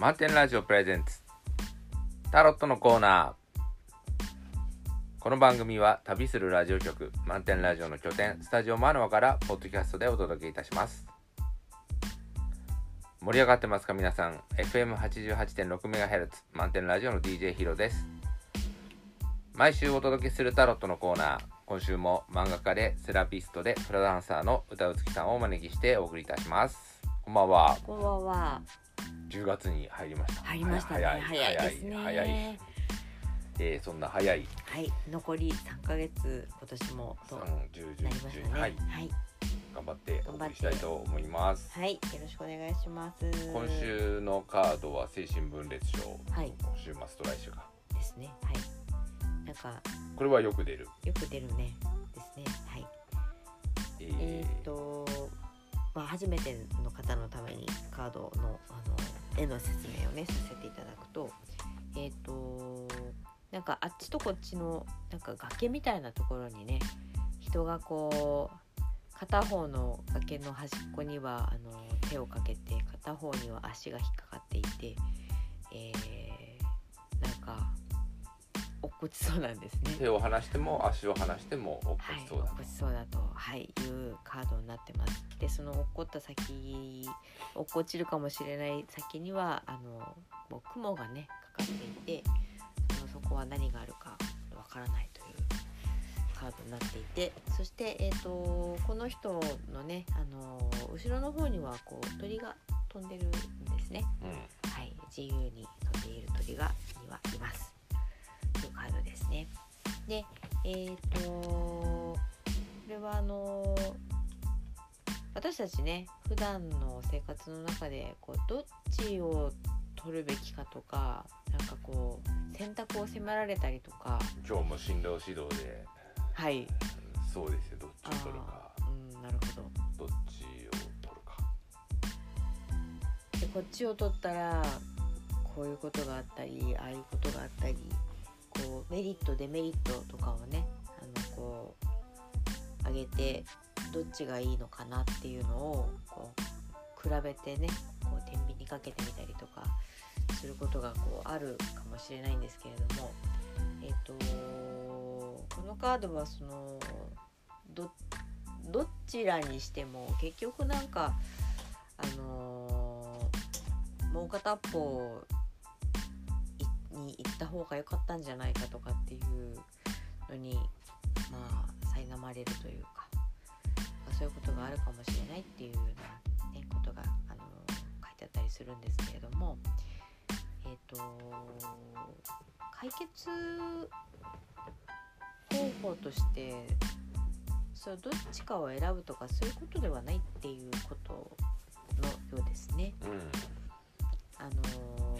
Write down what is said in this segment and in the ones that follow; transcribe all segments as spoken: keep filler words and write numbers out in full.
満点ラジオプレゼンツタロットのコーナー。この番組は旅するラジオ局満点ラジオの拠点スタジオマノアからポッドキャストでお届けいたします。盛り上がってますか皆さん。 エフエムはちじゅうはちてんろくメガヘルツ 満点ラジオの ディージェー ヒロです。毎週お届けするタロットのコーナー。今週も漫画家でセラピストでフラダンサーの歌うつきさんをお招きしてお送りいたします。こんばんは。 こんばんは。 じゅうがつに入りました。 入りましたね。 早い早いですね。 早い、えー、そんな早い、 はい、残りさんかげつ今年もとなりましたね。 はい、 はい、 頑張ってお送りしたいと思います。 はい、よろしくお願いします。 今週のカードは精神分裂症、 はい、 週末と来週がですね。はい、なんかこれはよく出るよく出るねですね。はい、えー、えー、っとまあ初めての方のためにカードのあの絵の説明をねさせていただくと、えー、っとなんかあっちとこっちのなんか崖みたいなところにね、人がこう片方の崖の端っこにはあの手をかけて、片方には足が引っかかっていて、えー、なんか落っこちそうなんですね。 手を離しても足を離しても落っこちそうだ、はい、 落っこちそうだと、はい、いうカードになってます。でその落っこった先、落っこちるかもしれない先にはあのもう雲がねかかっていて、そこは何があるかわからないというカードになっていて、そして、えー、とこの人のね、あのー、後ろの方にはこう鳥が飛んでるんですね、うん、はい、自由に飛んでいる鳥がにはいますというカードですね。で、えっ、ー、とこれはあのー、私たちね普段の生活の中でこうどっちを取るべきかとか、なんかこう選択を迫られたりとか、 今日も進路指導で、 はい、 そうですよ、どっちを取るか、 うん、なるほど、どっちを取るかで、こっちを取ったらこういうことがあったり、ああいうことがあったり、こうメリットデメリットとかをね、あのこう上げてどっちがいいのかなっていうのをこう比べてね、こう天秤にかけてみたりとかすることがこうあるかもしれないんですけれども、えーと、このカードはその ど, どちらにしても結局なんかあのー、もう片っぽに行った方が良かったんじゃないかとかっていうのにまあ苛まれるというか、そういうことがあるかもしれないっていうような、ね、ことが、あのー、書いてあったりするんですけれども、えーと、解決方法としてそうどっちかを選ぶとかそういうことではないっていうことのようですね、うん、あの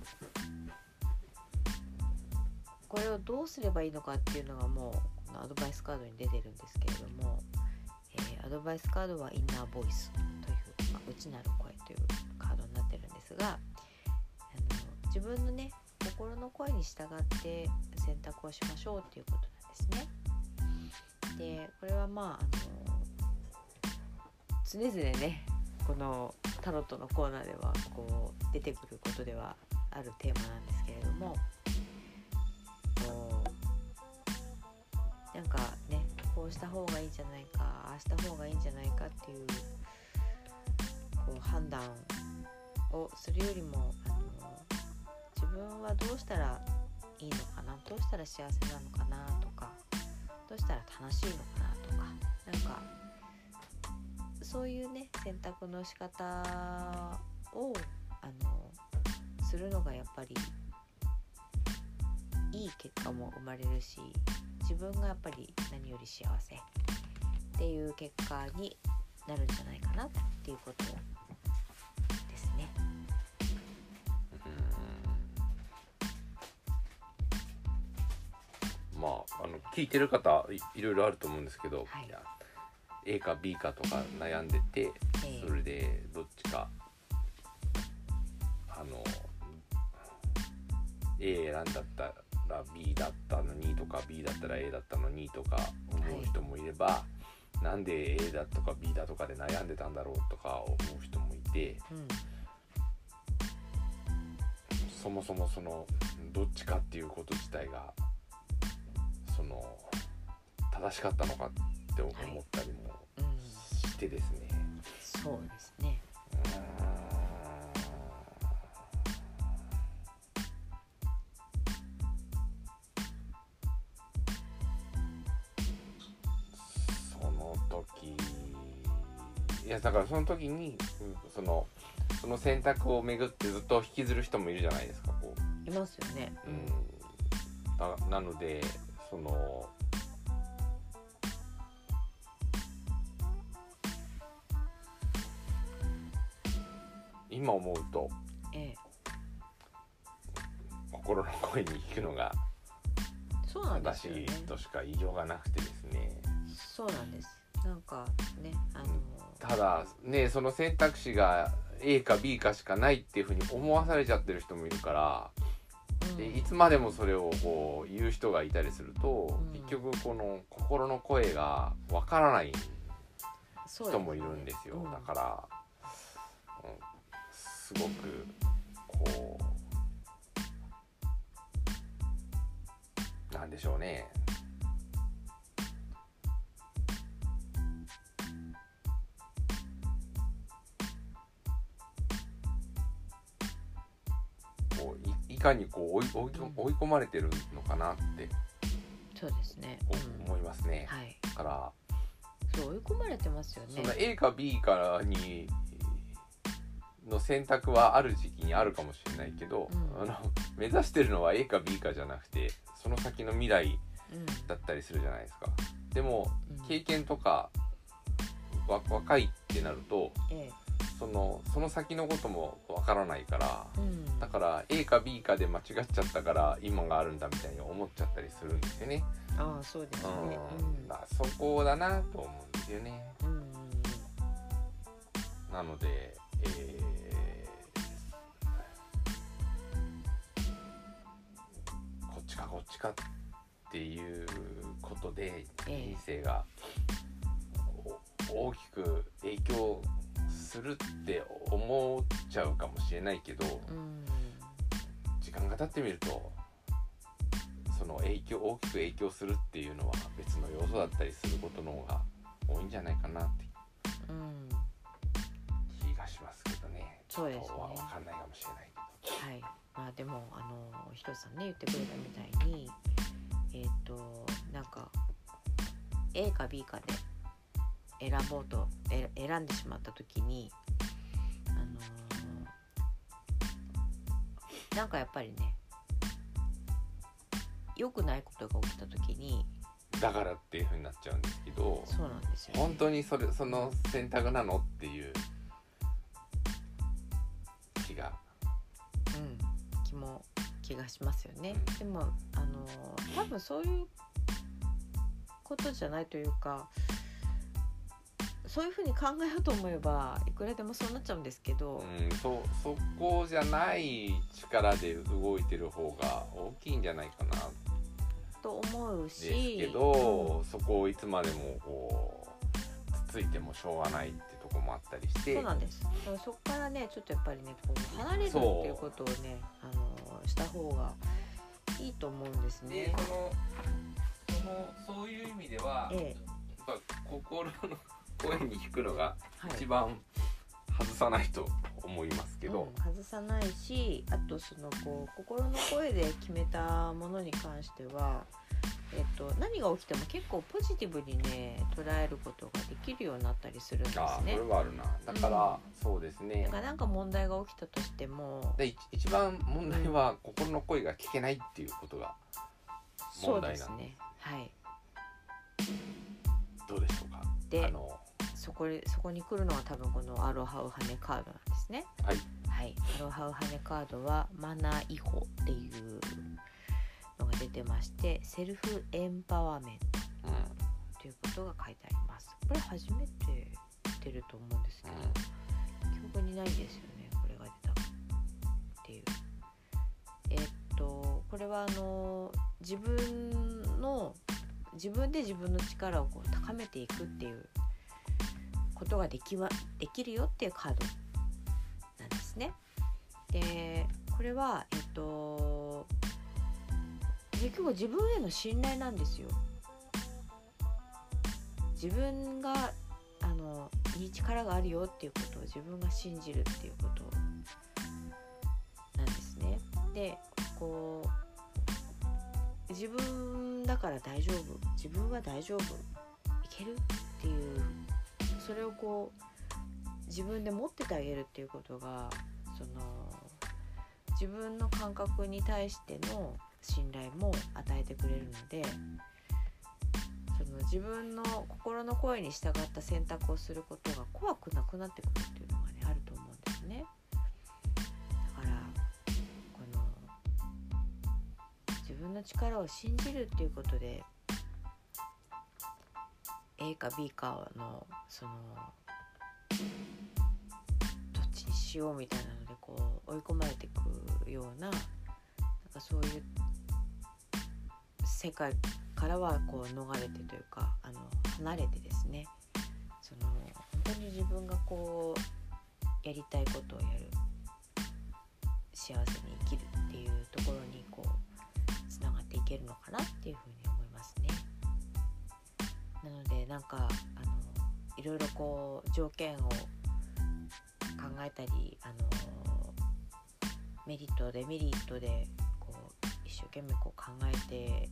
これをどうすればいいのかっていうのがもうこのアドバイスカードに出てるんですけれども、えー、アドバイスカードはインナーボイスという、まあ、内なる声というカードになってるんですが、自分のね心の声に従って選択をしましょうっていうことなんですね。でこれはまあ、あの常々ねこのタロットのコーナーではこう出てくることではあるテーマなんですけれども、こうなんかねこうした方がいいんじゃないか、ああした方がいいんじゃないかっていうこう判断をするよりも、あの自分はどうしたらいいのかな、どうしたら幸せなのかなとか、どうしたら楽しいのかなとか、なんかそういうね選択の仕方をあのするのがやっぱりいい結果も生まれるし、自分がやっぱり何より幸せっていう結果になるんじゃないかなっていうことですね。 まあ、あの聞いてる方 い, いろいろあると思うんですけど、 はい、 いや A か B かとか悩んでて、えー、それでどっちかあの A 選んだったら B だったのにとか B だったら A だったのにとか思う人もいれば、はい、なんで A だとか B だとかで悩んでたんだろうとか思う人もいて、 そもそもそのどっちかっていうこと自体がその正しかったのかって思ったりもしてですね、 はい、うん、そうですね。 その時いやだからその時にそのその選択をめぐってずっと引きずる人もいるじゃないですか。こういますよね、 うん、だなのでその今思うと、ええ、心の声に聞くのが正しいとしか言いようがなくてですね。 そうなんです。なんかね、あのー、 ただね、その選択肢が A か B かしかないっていう風に思わされちゃってる人もいるから、うん、でいつまでもそれをこう言う人がいたりすると、うん、結局この心の声がわからない人もいるんですよ。だから、うん、すごくこうなんでしょうね。こう い, いかにこう追い、追い、追い込まれてるのかなって、 そうですね、 うん、思いますね。 はい、 だからそう追い込まれてますよね。 その A か B かにの選択はある時期にあるかもしれないけど、うん、あの目指してるのは A か B かじゃなくてその先の未来だったりするじゃないですか。でも、うん、経験とかわ若いってなると、ええ、そのその先のこともわからないから、うん、だから A か B かで間違っちゃったから今があるんだみたいに思っちゃったりするんですよね。 ああ、そうですね、 うん、だそこだなと思うんですよね、うんうんうん、なので、えー、こっちかこっちかっていうことで人生が大きく影響するって思っちゃうかもしれないけど、うん、時間が経ってみるとその影響大きく影響するっていうのは別の要素だったりすることの方が多いんじゃないかなって気がしますけどね。 そうですね。 ちょっとは分かんないかもしれないけど。 はい。まあでもあのひとりさんね言ってくれたみたいにえっとなんか A か B かで選ぼうとえ選んでしまった時にあのー、なんかやっぱりね良くないことが起きた時にだからっていう風になっちゃうんですけど、 そうなんですよ、ね、 本当にそれその選択なのっていう気が、 うん、気も気がしますよね、うん、でもあの多分そういうことじゃないというかそういう風に考えようと思えばいくらでもそうなっちゃうんですけど、 うん、そ, そこじゃない力で動いてる方が大きいんじゃないかなと思うしですけど、うん、そこをいつまでもこうつついてもしょうがないってとこもあったりして、 そうなんです。だからそこからねちょっとやっぱりねこう離れるっていうことをねあのした方がいいと思うんですね。 でそのそのそういう意味では、ええ、やっぱ心の声に聞くのが一番外さないと思いますけど、 はい、うん、外さないし、あとそのこう心の声で決めたものに関しては、えっと、何が起きても結構ポジティブにね捉えることができるようになったりするんですね。 あ、それはあるな。だから、うん、そうですね。 だからなんか問題が起きたとしてもで一番問題は心の声が聞けないっていうことが問題なんです。 そうですね。はい。 どうでしょうか。 であのそこそこに来るのは多分このアロハウハネカードなんですね。 はい、 はい、アロハウハネカードはマナー違法っていうのが出てまして、セルフエンパワーメントということが書いてあります。これ初めて出ると思うんですけど、うん、記憶にないんですよねこれが出たっていう。えー、っとこれはあの自分の自分で自分の力をこう高めていくっていうことができはできるよっていうカードなんですね。でここれはえっと結局自分への信頼なんですよ。自分があのいい力があるよっていうことを自分が信じるっていうことなんですね。でこう自分だから大丈夫、自分は大丈夫、いけるっていう、それをこう自分で持っててあげるっていうことが、その自分の感覚に対しての信頼も与えてくれるので、その自分の心の声に従った選択をすることが怖くなくなってくるっていうのがね、あると思うんですね。だからこの自分の力を信じるっていうことで A か B かのそのどっちにしようみたいなのでこう追い込まれていくような、なんかそういう世界からはこう逃れてというか、あの離れてですね、その本当に自分がこうやりたいことをやる、幸せに生きるっていうところにこうつながっていけるのかなっていうふうに思いますね。なのでなんかあのいろいろこう条件を考えたり、あのメリットデメリットでこう一生懸命こう考えて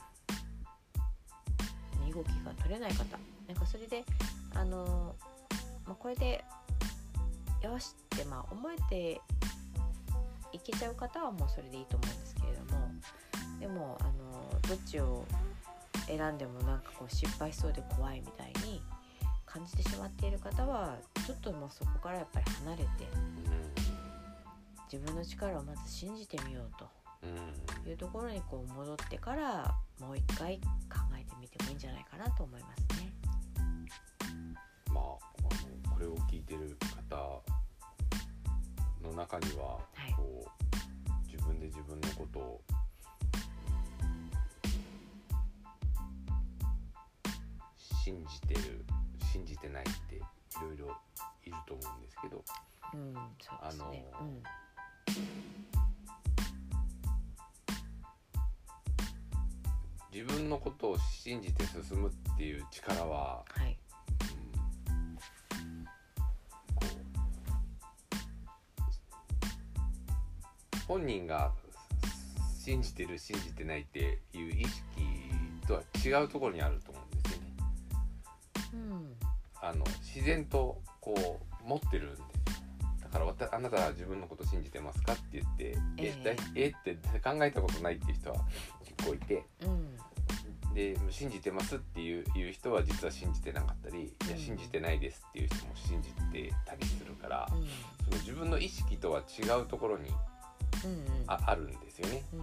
身動きが取れない方、なんかそれであの、まあ、これでよしってまあ思えていけちゃう方はもうそれでいいと思うんですけれども、でもあのどっちを選んでもなんかこう失敗しそうで怖いみたいに感じてしまっている方は、ちょっともうそこからやっぱり離れて、自分の力をまず信じてみようというところにこう戻ってからもう一回考えてみてもいいんじゃないかなと思いますね。 まあ、あのこれを聞いてる方の中には、はい、こう自分で自分のことを信じてる信じてないっていろいろいると思うんですけど、 うん、そうですね、 あの、うん、自分のことを信じて進むっていう力は、はい、うん、こう本人が信じてる信じてないっていう意識とは違うところにあると思うんですよね。うん、あの自然とこう持ってるんですよ。だからあなたは自分のこと信じてますかって言って、えー、ええって考えたことないっていう人は結構いて、うん、で信じてますっていう、いう人は実は信じてなかったり、うん、いや信じてないですっていう人も信じてたりするから、うん、その自分の意識とは違うところに あ,、うんうん、あるんですよね。うんうん、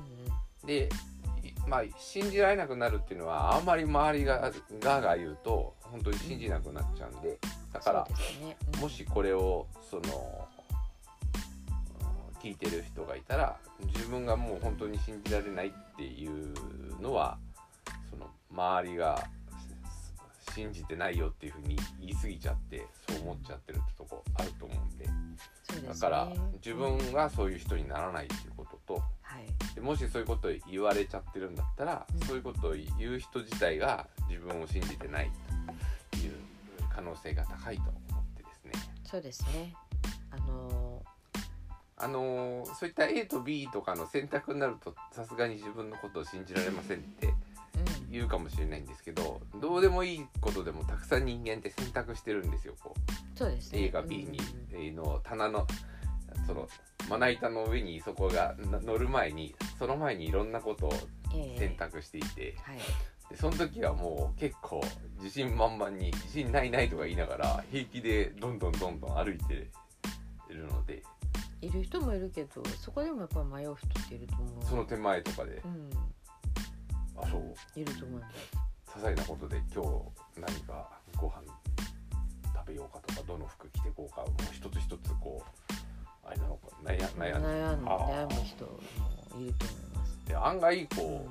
でまあ、信じられなくなるっていうのはあんまり周りがガーガー言うと本当に信じなくなっちゃうんで、だから、ね、うん、もしこれをその聞いてる人がいたら、自分がもう本当に信じられないっていうのはその周りが信じてないよっていうふうに言い過ぎちゃってそう思っちゃってるってとこあると思うんで、そうですね、だから自分がそういう人にならないっていうことと、はい、でもしそういうことを言われちゃってるんだったら、うん、そういうことを言う人自体が自分を信じてないという可能性が高いと思ってですね。 そうですね、あのー、 あのー、そういった A と B とかの選択になるとさすがに自分のことを信じられませんって言うかもしれないんですけど、どうでもいいことでもたくさん人間って選択してるんですよ。こう、 そうですね、 A が B に、うん、の棚のそのまな板の上にそこが乗る前にその前にいろんなことを選択していて、えーはい、でその時はもう結構自信満々に自信ないないとか言いながら平気でどんどんどんどん歩いているので、 いる人もいるけどそこでもやっぱり迷う人っていると思う。 その手前とかで、うん、あ、そういると思います。 些細なことで今日何かご飯食べようかとかどの服着てこうかもう一つ一つこうあれなのか悩悩んで悩む悩む人もいると思います。 で案外こう、うん、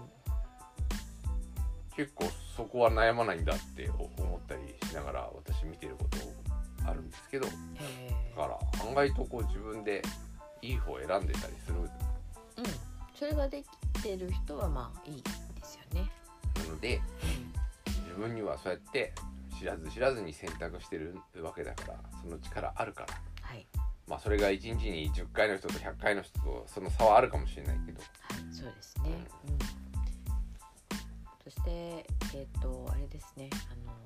結構そこは悩まないんだって思ったりしながら私見てることあるんですけど、だから案外とこう自分でいい方を選んでたりするそれができてる人はまあいいですよね。 なので自分にはそうやって知らず知らずに選択してるわけだから、その力あるから、 はい、 まあそれがいちにちにじゅっかいの人とひゃっかいの人とその差はあるかもしれないけど、 はい、そうですね、うんうん、そしてえっ、ー、とあれですね、あの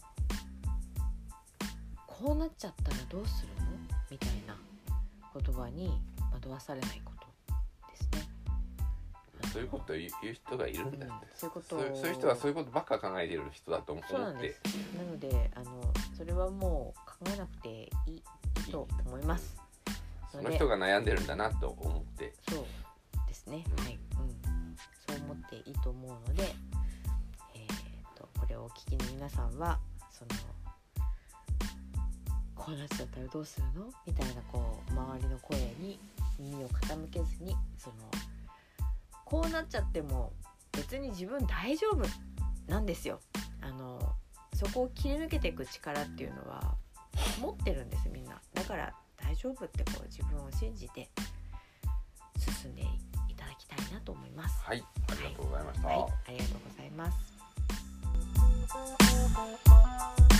こうなっちゃったらどうするのみたいな言葉に惑わされないことですね。 そういうことを言う人がいるんだって、うん、 そういうことをそう、そういう人はそういうことばっか考えている人だと思って。 そうなんです。なのであのそれはもう考えなくていいと思います。 その人が悩んでるんだなと思って。 そうですね、うん、はい、うん、そう思っていいと思うので、えー、とこれをお聞きの皆さんはそのこうなっちゃったらどうするのみたいなこう周りの声に耳を傾けずに、そのこうなっちゃっても別に自分大丈夫なんですよ。あのそこを切り抜けていく力っていうのは持ってるんです、みんな。だから大丈夫ってこう自分を信じて進んでいただきたいなと思います。 はい、ありがとうございました。 はい、はい、ありがとうございます。